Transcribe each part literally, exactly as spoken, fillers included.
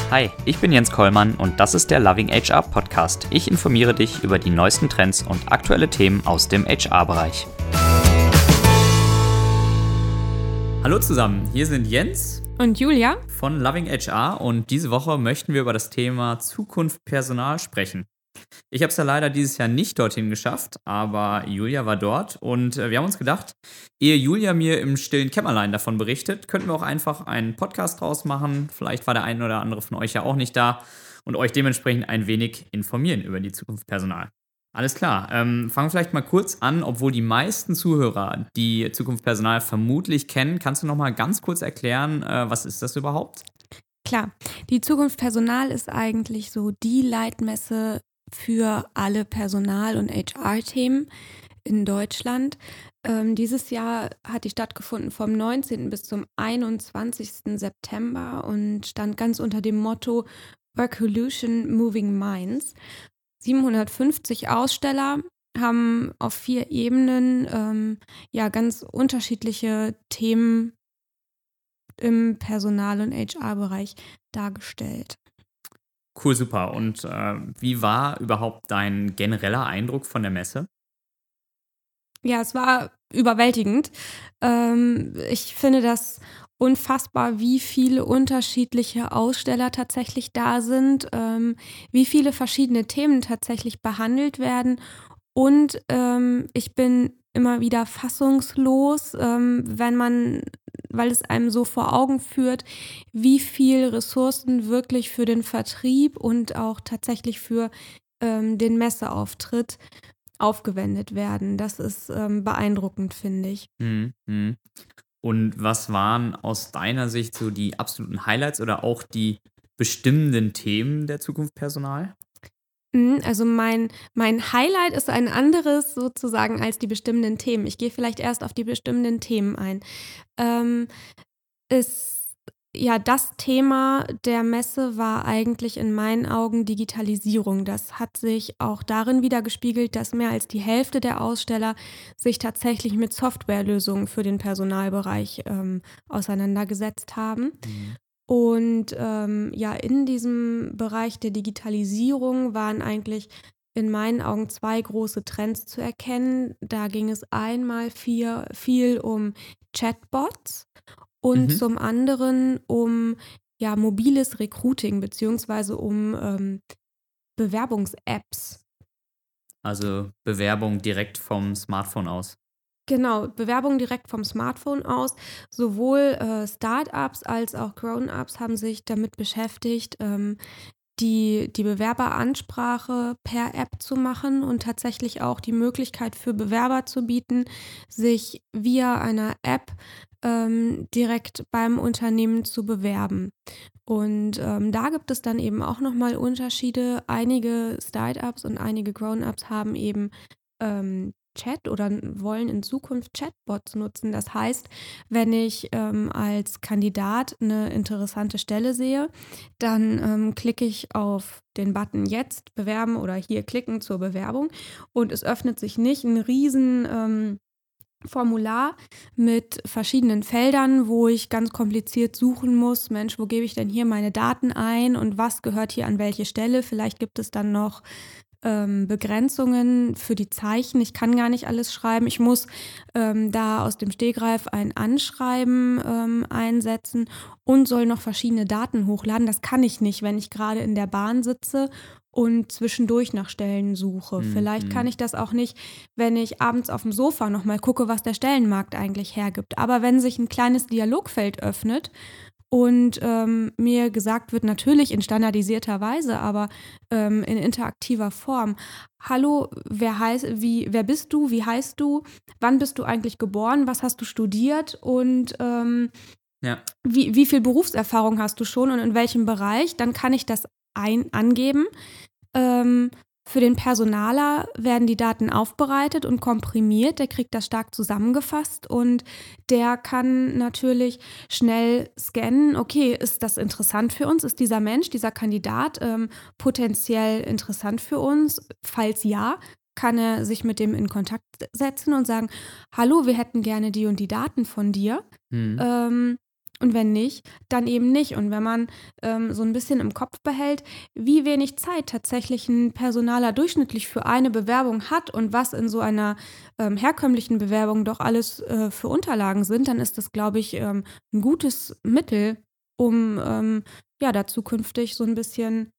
Hi, ich bin Jens Kollmann und das ist der Loving H R Podcast. Ich informiere dich über die neuesten Trends und aktuelle Themen aus dem H R-Bereich. Hallo zusammen, hier sind Jens und Julia von Loving H R und diese Woche möchten wir über das Thema Zukunft Personal sprechen. Ich habe es ja leider dieses Jahr nicht dorthin geschafft, aber Julia war dort und wir haben uns gedacht, ehe Julia mir im stillen Kämmerlein davon berichtet, könnten wir auch einfach einen Podcast draus machen. Vielleicht war der ein oder andere von euch ja auch nicht da und euch dementsprechend ein wenig informieren über die Zukunft Personal. Alles klar, ähm, fangen wir vielleicht mal kurz an, obwohl die meisten Zuhörer die Zukunft Personal vermutlich kennen. Kannst du noch mal ganz kurz erklären, äh, was ist das überhaupt? Klar, die Zukunft Personal ist eigentlich so die Leitmesse für alle Personal- und H R-Themen in Deutschland. Ähm, dieses Jahr hat die stattgefunden vom neunzehnten bis zum einundzwanzigsten September und stand ganz unter dem Motto Workolution Moving Minds. siebenhundertfünfzig Aussteller haben auf vier Ebenen ähm, ja ganz unterschiedliche Themen im Personal- und H R-Bereich dargestellt. Cool, super. Und äh, wie war überhaupt dein genereller Eindruck von der Messe? Ja, es war überwältigend. Ähm, ich finde das unfassbar, wie viele unterschiedliche Aussteller tatsächlich da sind, ähm, wie viele verschiedene Themen tatsächlich behandelt werden. Und ähm, ich bin immer wieder fassungslos, ähm, wenn man, weil es einem so vor Augen führt, wie viel Ressourcen wirklich für den Vertrieb und auch tatsächlich für ähm, den Messeauftritt aufgewendet werden. Das ist ähm, beeindruckend, finde ich. Mhm. Und was waren aus deiner Sicht so die absoluten Highlights oder auch die bestimmenden Themen der Zukunft Personal? Also mein, mein Highlight ist ein anderes sozusagen als die bestimmenden Themen. Ich gehe vielleicht erst auf die bestimmenden Themen ein. Ähm, es Ja, das Thema der Messe war eigentlich in meinen Augen Digitalisierung. Das hat sich auch darin widergespiegelt, dass mehr als die Hälfte der Aussteller sich tatsächlich mit Softwarelösungen für den Personalbereich ähm, auseinandergesetzt haben. Mhm. Und ähm, ja, in diesem Bereich der Digitalisierung waren eigentlich in meinen Augen zwei große Trends zu erkennen. Da ging es einmal viel, viel um Chatbots und Mhm. zum anderen um ja, mobiles Recruiting beziehungsweise um ähm, Bewerbungs-Apps. Also Bewerbung direkt vom Smartphone aus. Genau, Bewerbung direkt vom Smartphone aus. Sowohl äh, Startups als auch Grown-ups haben sich damit beschäftigt, ähm, die, die Bewerberansprache per App zu machen und tatsächlich auch die Möglichkeit für Bewerber zu bieten, sich via einer App ähm, direkt beim Unternehmen zu bewerben. Und ähm, da gibt es dann eben auch nochmal Unterschiede. Einige Startups und einige Grown-ups haben eben ähm, Chat oder wollen in Zukunft Chatbots nutzen. Das heißt, wenn ich ähm, als Kandidat eine interessante Stelle sehe, dann ähm, klicke ich auf den Button jetzt bewerben oder hier klicken zur Bewerbung und es öffnet sich nicht ein riesen ähm, Formular mit verschiedenen Feldern, wo ich ganz kompliziert suchen muss, Mensch, wo gebe ich denn hier meine Daten ein und was gehört hier an welche Stelle? Vielleicht gibt es dann noch ähm, Begrenzungen für die Zeichen. Ich kann gar nicht alles schreiben. Ich muss ähm, da aus dem Stegreif ein Anschreiben ähm, einsetzen und soll noch verschiedene Daten hochladen. Das kann ich nicht, wenn ich gerade in der Bahn sitze und zwischendurch nach Stellen suche. Mhm. Vielleicht kann ich das auch nicht, wenn ich abends auf dem Sofa nochmal gucke, was der Stellenmarkt eigentlich hergibt. Aber wenn sich ein kleines Dialogfeld öffnet und ähm, mir gesagt wird, natürlich in standardisierter Weise, aber ähm, in interaktiver Form. Hallo, wer heißt, wie, wer bist du? Wie heißt du? Wann bist du eigentlich geboren? Was hast du studiert? Und ähm, Ja. wie, wie viel Berufserfahrung hast du schon und in welchem Bereich? Dann kann ich das ein angeben. Ähm, Für den Personaler werden die Daten aufbereitet und komprimiert. Der kriegt das stark zusammengefasst und der kann natürlich schnell scannen, okay, ist das interessant für uns? Ist dieser Mensch, dieser Kandidat ähm, potenziell interessant für uns? Falls ja, kann er sich mit dem in Kontakt setzen und sagen, hallo, wir hätten gerne die und die Daten von dir. Mhm. Ähm, Und wenn nicht, dann eben nicht. Und wenn man ähm, so ein bisschen im Kopf behält, wie wenig Zeit tatsächlich ein Personaler durchschnittlich für eine Bewerbung hat und was in so einer ähm, herkömmlichen Bewerbung doch alles äh, für Unterlagen sind, dann ist das, glaube ich, ähm, ein gutes Mittel, um ähm, ja, da zukünftig so ein bisschen,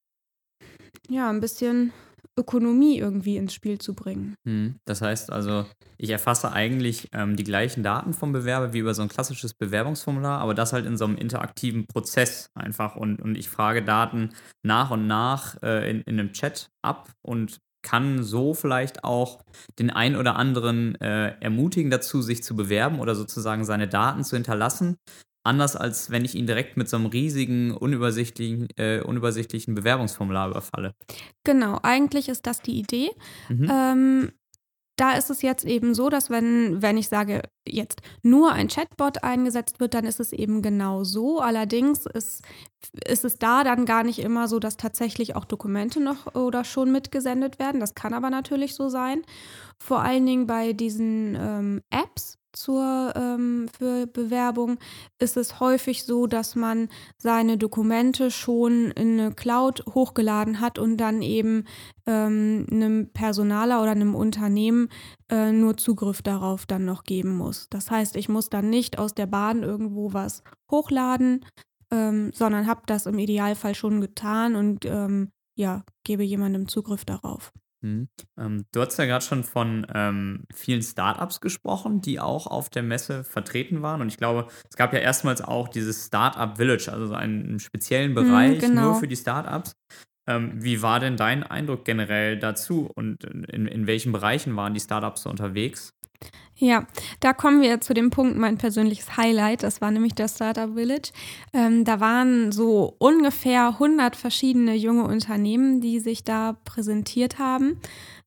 ja, ein bisschen Ökonomie irgendwie ins Spiel zu bringen. Mhm. Das heißt also, ich erfasse eigentlich ähm, die gleichen Daten vom Bewerber wie über so ein klassisches Bewerbungsformular, aber das halt in so einem interaktiven Prozess einfach und, und ich frage Daten nach und nach äh, in, in einem Chat ab und kann so vielleicht auch den einen oder anderen äh, ermutigen dazu, sich zu bewerben oder sozusagen seine Daten zu hinterlassen. Anders als wenn ich ihn direkt mit so einem riesigen, unübersichtlichen, äh, unübersichtlichen Bewerbungsformular überfalle. Genau, eigentlich ist das die Idee. Mhm. Ähm, Da ist es jetzt eben so, dass wenn wenn ich sage, jetzt nur ein Chatbot eingesetzt wird, dann ist es eben genau so. Allerdings ist ist es da dann gar nicht immer so, dass tatsächlich auch Dokumente noch oder schon mitgesendet werden. Das kann aber natürlich so sein. Vor allen Dingen bei diesen, ähm, Apps zur ähm, für Bewerbung ist es häufig so, dass man seine Dokumente schon in 'ne Cloud hochgeladen hat und dann eben, ähm, 'nem Personaler oder 'nem Unternehmen, äh, nur Zugriff darauf dann noch geben muss. Das heißt, ich muss dann nicht aus der Bahn irgendwo was hochladen, ähm, sondern habe das im Idealfall schon getan und, ähm, ja, gebe jemandem Zugriff darauf. Mhm. Ähm, du hast ja gerade schon von ähm, vielen Startups gesprochen, die auch auf der Messe vertreten waren. Und ich glaube, es gab ja erstmals auch dieses Startup Village, also so einen speziellen Mhm, Bereich nur genau. für die Startups. Ähm, wie war denn dein Eindruck generell dazu und in, in welchen Bereichen waren die Startups so unterwegs? Ja, da kommen wir zu dem Punkt, mein persönliches Highlight, das war nämlich der Startup Village. Ähm, da waren so ungefähr hundert verschiedene junge Unternehmen, die sich da präsentiert haben.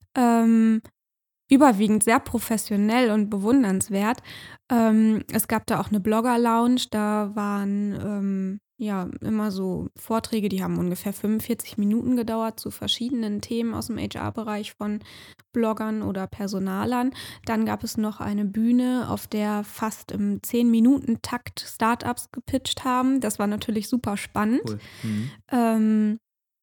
Ähm, Überwiegend sehr professionell und bewundernswert. Ähm, es gab da auch eine Blogger-Lounge, da waren, ähm, ja, immer so Vorträge, die haben ungefähr fünfundvierzig Minuten gedauert zu verschiedenen Themen aus dem H R-Bereich von Bloggern oder Personalern. Dann gab es noch eine Bühne, auf der fast im zehn-Minuten-Takt Startups gepitcht haben. Das war natürlich super spannend. Cool. Mhm. Ähm,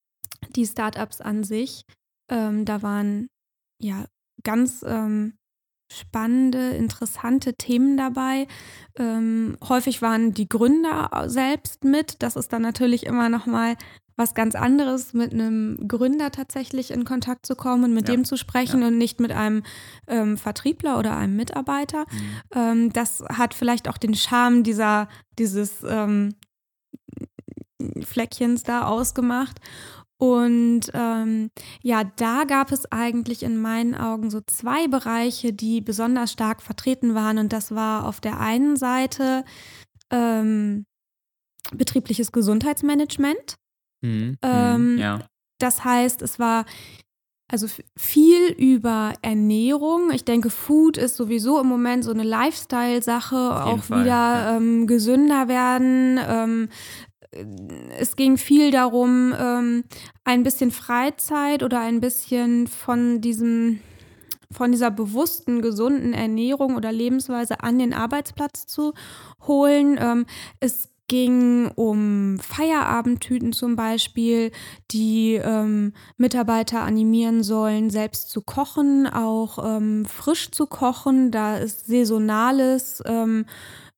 Die Startups an sich, ähm, da waren, ja, ganz, ähm, spannende, interessante Themen dabei. Ähm, häufig waren die Gründer au selbst mit. Das ist dann natürlich immer noch mal was ganz anderes, mit einem Gründer tatsächlich in Kontakt zu kommen und mit Ja. dem zu sprechen Ja. und nicht mit einem, ähm, Vertriebler oder einem Mitarbeiter. Mhm. Ähm, das hat vielleicht auch den Charme dieser dieses, ähm, Fleckchens da ausgemacht. Und, ähm, ja, da gab es eigentlich in meinen Augen so zwei Bereiche, die besonders stark vertreten waren. Und das war auf der einen Seite, ähm, betriebliches Gesundheitsmanagement. Mhm. Mhm. Ähm, Ja, Das heißt, es war also v viel über Ernährung. Ich denke, Food ist sowieso im Moment so eine Lifestyle-Sache, auf jeden auch Fall. Ja. wieder, ähm, gesünder werden. Ähm, äh, Es ging viel darum, ähm, ein bisschen Freizeit oder ein bisschen von diesem von dieser bewussten, gesunden Ernährung oder Lebensweise an den Arbeitsplatz zu holen. Ähm, es ging um Feierabendtüten zum Beispiel, die ähm, Mitarbeiter animieren sollen, selbst zu kochen, auch ähm, frisch zu kochen. Da ist saisonales ähm,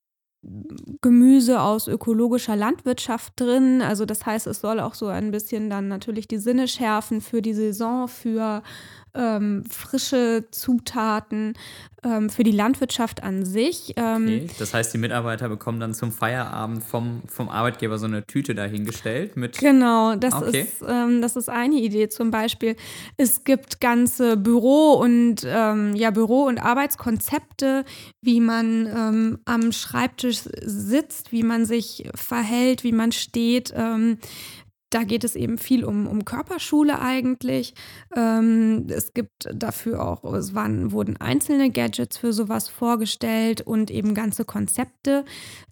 Gemüse aus ökologischer Landwirtschaft drin. Also das heißt, es soll auch so ein bisschen dann natürlich die Sinne schärfen für die Saison, für ähm, frische Zutaten, ähm, für die Landwirtschaft an sich. Ähm, Okay. Das heißt, die Mitarbeiter bekommen dann zum Feierabend vom, vom Arbeitgeber so eine Tüte dahingestellt mit. Genau, Ah, das okay. ist, ähm, das ist eine Idee zum Beispiel. Es gibt ganze Büro- und ähm, ja, Büro- und Arbeitskonzepte, wie man ähm, am Schreibtisch sitzt, wie man sich verhält, wie man steht. Ähm, Da geht es eben viel um um Körperschule eigentlich. Ähm, es gibt dafür auch es waren wurden einzelne Gadgets für sowas vorgestellt und eben ganze Konzepte.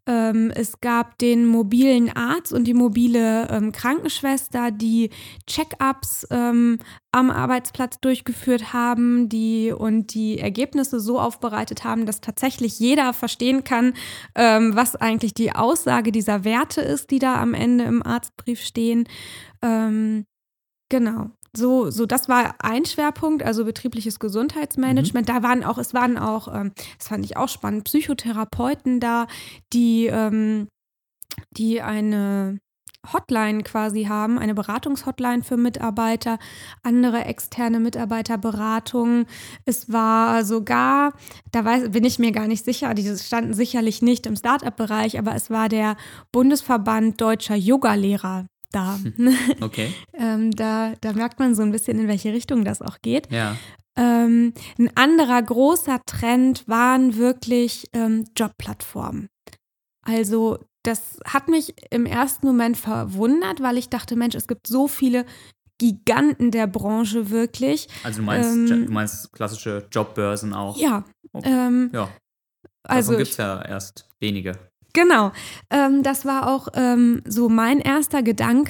Ähm, es gab den mobilen Arzt und die mobile ähm, Krankenschwester, die Check-ups ähm, am Arbeitsplatz durchgeführt haben, die und die Ergebnisse so aufbereitet haben, dass tatsächlich jeder verstehen kann, ähm, was eigentlich die Aussage dieser Werte ist, die da am Ende im Arztbrief stehen. Ähm, genau. So, so, das war ein Schwerpunkt, also betriebliches Gesundheitsmanagement. Mhm. Da waren auch, es waren auch, ähm, das fand ich auch spannend, Psychotherapeuten da, die, ähm, die eine Hotline quasi haben, eine Beratungshotline für Mitarbeiter, andere externe Mitarbeiterberatungen. Es war sogar, da weiß, bin ich mir gar nicht sicher, die standen sicherlich nicht im Start-up-Bereich, aber es war der Bundesverband Deutscher Yogalehrer da. Okay. ähm, da. Da merkt man so ein bisschen, in welche Richtung das auch geht. Ja. Ähm, ein anderer großer Trend waren wirklich ähm, Jobplattformen. Also das hat mich im ersten Moment verwundert, weil ich dachte, Mensch, es gibt so viele Giganten der Branche wirklich. Also du meinst, ähm, du meinst klassische Jobbörsen auch? Ja. Okay. Ähm, ja. Also davon gibt es ja erst wenige. Genau, ähm, das war auch ähm, so mein erster Gedanke.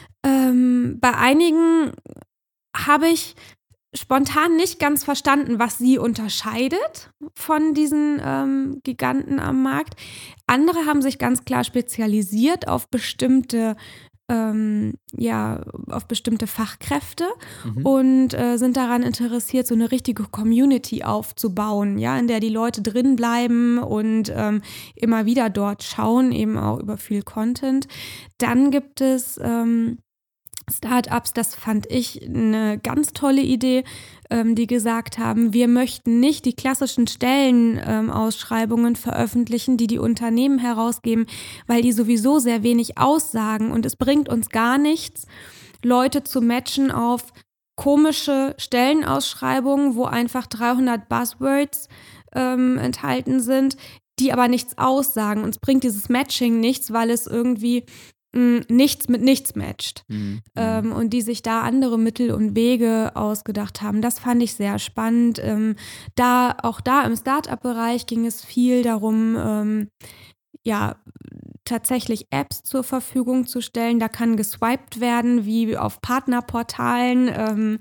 Ähm, bei einigen habe ich spontan nicht ganz verstanden, was sie unterscheidet von diesen ähm, Giganten am Markt. Andere haben sich ganz klar spezialisiert auf bestimmte ähm, ja, auf bestimmte Fachkräfte mhm. und äh, sind daran interessiert, so eine richtige Community aufzubauen, ja, in der die Leute drin bleiben und ähm, immer wieder dort schauen, eben auch über viel Content. Dann gibt es ähm, Startups, das fand ich eine ganz tolle Idee, ähm, die gesagt haben, wir möchten nicht die klassischen Stellenausschreibungen ähm, veröffentlichen, die die Unternehmen herausgeben, weil die sowieso sehr wenig aussagen und es bringt uns gar nichts, Leute zu matchen auf komische Stellenausschreibungen, wo einfach dreihundert Buzzwords ähm, enthalten sind, die aber nichts aussagen. Uns bringt dieses Matching nichts, weil es irgendwie nichts mit nichts matcht mhm. ähm, und die sich da andere Mittel und Wege ausgedacht haben. Das fand ich sehr spannend. Ähm, da, auch da im Start-up-Bereich ging es viel darum, ähm, ja, tatsächlich Apps zur Verfügung zu stellen. Da kann geswiped werden, wie auf Partnerportalen ähm,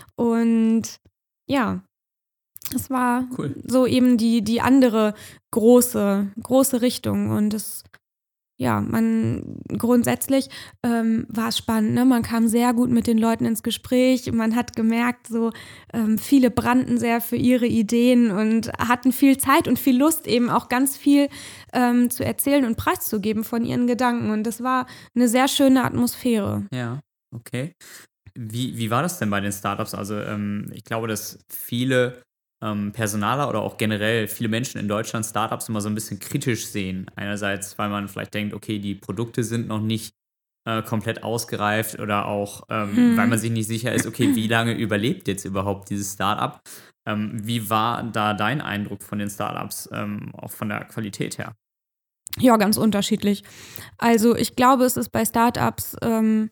und ja, es war cool. So eben die, die andere große, große Richtung und es Ja, man grundsätzlich ähm, war es spannend, ne? Man kam sehr gut mit den Leuten ins Gespräch. Man hat gemerkt, so ähm, viele brannten sehr für ihre Ideen und hatten viel Zeit und viel Lust, eben auch ganz viel ähm, zu erzählen und preiszugeben von ihren Gedanken. Und das war eine sehr schöne Atmosphäre. Ja, okay. Wie, wie war das denn bei den Startups? Also ähm, ich glaube, dass viele ähm, Personaler oder auch generell viele Menschen in Deutschland Startups immer so ein bisschen kritisch sehen. Einerseits, weil man vielleicht denkt, okay, die Produkte sind noch nicht äh, komplett ausgereift oder auch, ähm, hm. weil man sich nicht sicher ist, okay, wie lange überlebt jetzt überhaupt dieses Startup? Ähm, wie war da dein Eindruck von den Startups, ähm, auch von der Qualität her? Ja, ganz unterschiedlich. Also ich glaube, es ist bei Startups ähm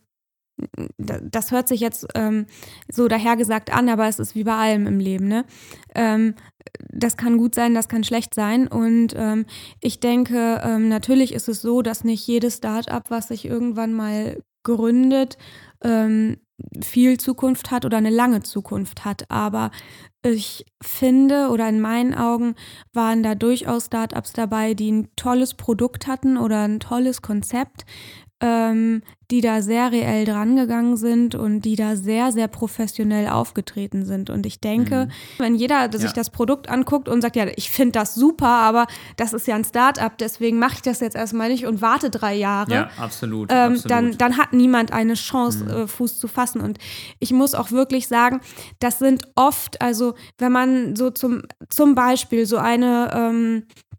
das hört sich jetzt ähm, so dahergesagt an, aber es ist wie bei allem im Leben, ne? Ähm, das kann gut sein, das kann schlecht sein und ähm, ich denke, ähm, natürlich ist es so, dass nicht jedes Start-up, was sich irgendwann mal gründet, ähm, viel Zukunft hat oder eine lange Zukunft hat, aber ich finde oder in meinen Augen waren da durchaus Startups dabei, die ein tolles Produkt hatten oder ein tolles Konzept, ähm, die da sehr reell drangegangen sind und die da sehr, sehr professionell aufgetreten sind. Und ich denke, mhm. wenn jeder sich ja. das Produkt anguckt und sagt, ja, ich finde das super, aber das ist ja ein Start-up, deswegen mache ich das jetzt erstmal nicht und warte drei Jahre. Ja, absolut. Ähm, absolut. Dann, dann hat niemand eine Chance, mhm. äh, Fuß zu fassen. Und ich muss auch wirklich sagen, das sind oft, also wenn man so zum, zum Beispiel so eine, ähm,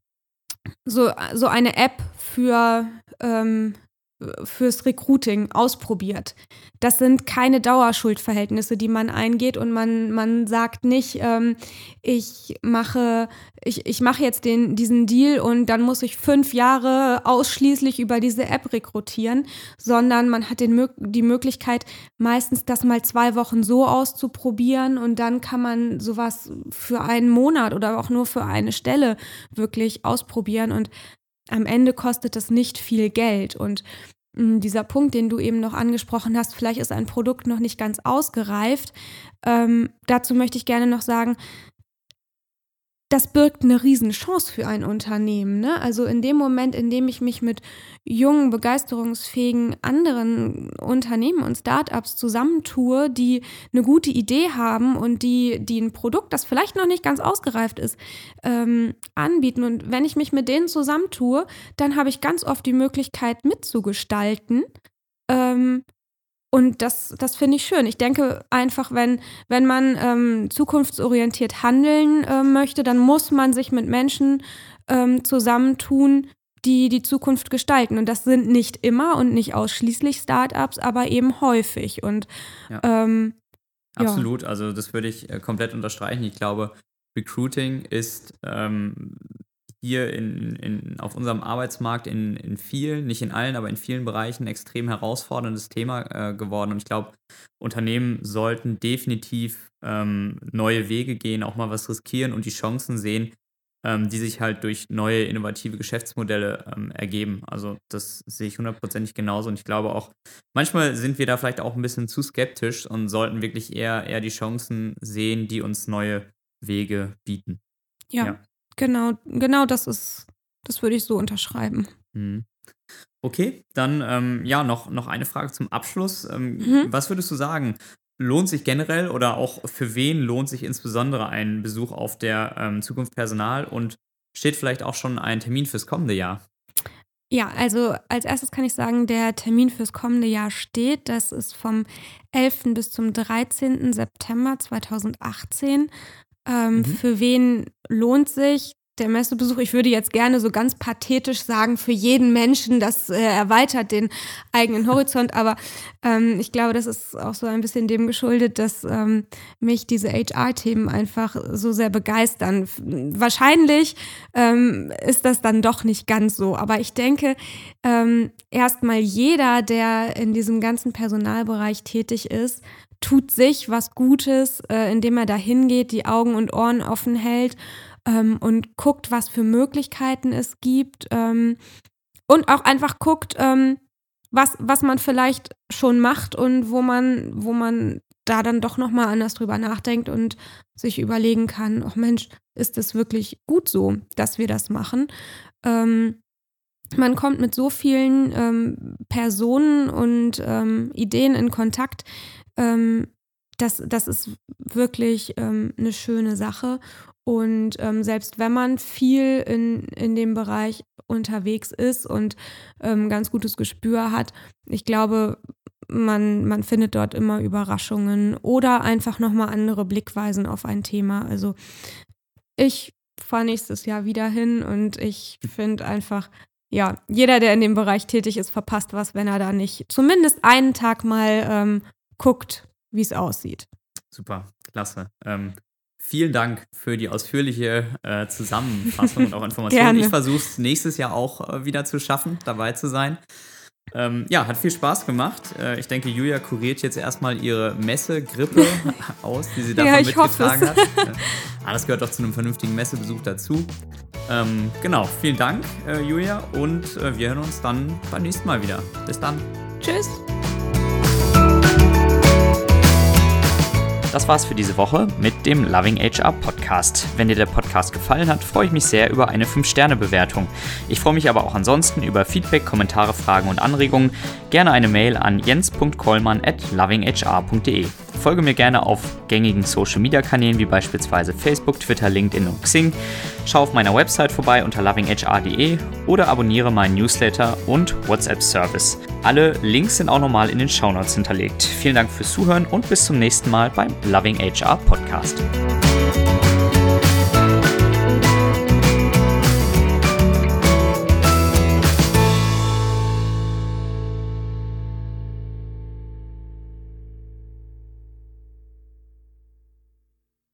so, so eine App für ähm, fürs Recruiting ausprobiert. Das sind keine Dauerschuldverhältnisse, die man eingeht und man, man sagt nicht, ähm, ich mache ich, ich mache jetzt den, diesen Deal und dann muss ich fünf Jahre ausschließlich über diese App rekrutieren, sondern man hat den, die Möglichkeit, meistens das mal zwei Wochen so auszuprobieren und dann kann man sowas für einen Monat oder auch nur für eine Stelle wirklich ausprobieren und am Ende kostet es nicht viel Geld. Und mh, dieser Punkt, den du eben noch angesprochen hast, vielleicht ist ein Produkt noch nicht ganz ausgereift. Ähm, dazu möchte ich gerne noch sagen, das birgt eine Riesenchance für ein Unternehmen, ne? Also in dem Moment, in dem ich mich mit jungen, begeisterungsfähigen anderen Unternehmen und Startups zusammentue, die eine gute Idee haben und die, die ein Produkt, das vielleicht noch nicht ganz ausgereift ist, ähm, anbieten. Und wenn ich mich mit denen zusammentue, dann habe ich ganz oft die Möglichkeit mitzugestalten. Ähm, Und das, das finde ich schön. Ich denke einfach, wenn, wenn man ähm, zukunftsorientiert handeln äh, möchte, dann muss man sich mit Menschen ähm, zusammentun, die die Zukunft gestalten. Und das sind nicht immer und nicht ausschließlich Startups, aber eben häufig. Und Ja. ähm, ja. Absolut, also das würde ich äh, komplett unterstreichen. Ich glaube, Recruiting ist ähm, hier in, in, auf unserem Arbeitsmarkt in, in vielen, nicht in allen, aber in vielen Bereichen extrem herausforderndes Thema äh, geworden. Und ich glaube, Unternehmen sollten definitiv ähm, neue Wege gehen, auch mal was riskieren und die Chancen sehen, ähm, die sich halt durch neue innovative Geschäftsmodelle ähm, ergeben. Also das sehe ich hundertprozentig genauso. Und ich glaube auch, manchmal sind wir da vielleicht auch ein bisschen zu skeptisch und sollten wirklich eher, eher die Chancen sehen, die uns neue Wege bieten. Ja. Ja. Genau, genau das ist, das würde ich so unterschreiben. Mhm. Okay, dann ähm, ja, noch, noch eine Frage zum Abschluss. Ähm, Mhm. Was würdest du sagen? Lohnt sich generell oder auch für wen lohnt sich insbesondere ein Besuch auf der ähm, Zukunft Personal und steht vielleicht auch schon ein Termin fürs kommende Jahr? Ja, also als erstes kann ich sagen, der Termin fürs kommende Jahr steht. Das ist vom elften bis zum dreizehnten September zweitausendachtzehn. Ähm, Mhm. Für wen lohnt sich der Messebesuch? Ich würde jetzt gerne so ganz pathetisch sagen, für jeden Menschen, das äh, erweitert den eigenen Horizont, aber ähm, ich glaube, das ist auch so ein bisschen dem geschuldet, dass ähm, mich diese H R-Themen einfach so sehr begeistern. F- Wahrscheinlich ähm, ist das dann doch nicht ganz so, aber ich denke, ähm, erstmal jeder, der in diesem ganzen Personalbereich tätig ist, tut sich was Gutes, äh, indem er da hingeht, die Augen und Ohren offen hält ähm, und guckt, was für Möglichkeiten es gibt ähm, und auch einfach guckt, ähm, was, was man vielleicht schon macht und wo man, wo man da dann doch nochmal anders drüber nachdenkt und sich überlegen kann, ach Mensch, ist es wirklich gut so, dass wir das machen? Ähm, man kommt mit so vielen ähm, Personen und ähm, Ideen in Kontakt, ähm, das, das ist wirklich ähm, eine schöne Sache. Und ähm, selbst wenn man viel in, in dem Bereich unterwegs ist und ähm, ganz gutes Gespür hat, ich glaube, man, man findet dort immer Überraschungen oder einfach nochmal andere Blickweisen auf ein Thema. Also ich fahre nächstes Jahr wieder hin und ich finde einfach, ja, jeder, der in dem Bereich tätig ist, verpasst was, wenn er da nicht zumindest einen Tag mal ähm, guckt, wie es aussieht. Super, klasse. Ähm, vielen Dank für die ausführliche äh, Zusammenfassung und auch Informationen. Gerne. Ich versuche es nächstes Jahr auch äh, wieder zu schaffen, dabei zu sein. Ähm, ja, hat viel Spaß gemacht. Äh, ich denke, Julia kuriert jetzt erstmal ihre Messegrippe aus, die sie davon Ja, ich hoffe mitgetragen es. hat. Äh, ah, das gehört doch zu einem vernünftigen Messebesuch dazu. Ähm, genau, vielen Dank, äh, Julia, und äh, wir hören uns dann beim nächsten Mal wieder. Bis dann. Tschüss. Das war's für diese Woche mit dem Loving H R Podcast. Wenn dir der Podcast gefallen hat, freue ich mich sehr über eine fünf Sterne Bewertung. Ich freue mich aber auch ansonsten über Feedback, Kommentare, Fragen und Anregungen. Gerne eine Mail an jens punkt kollmann at loving h r punkt de. Folge mir gerne auf gängigen Social Media Kanälen wie beispielsweise Facebook, Twitter, LinkedIn und Xing. Schau auf meiner Website vorbei unter loving h r punkt de oder abonniere meinen Newsletter und WhatsApp-Service. Alle Links sind auch nochmal in den Shownotes hinterlegt. Vielen Dank fürs Zuhören und bis zum nächsten Mal beim Loving H R Podcast.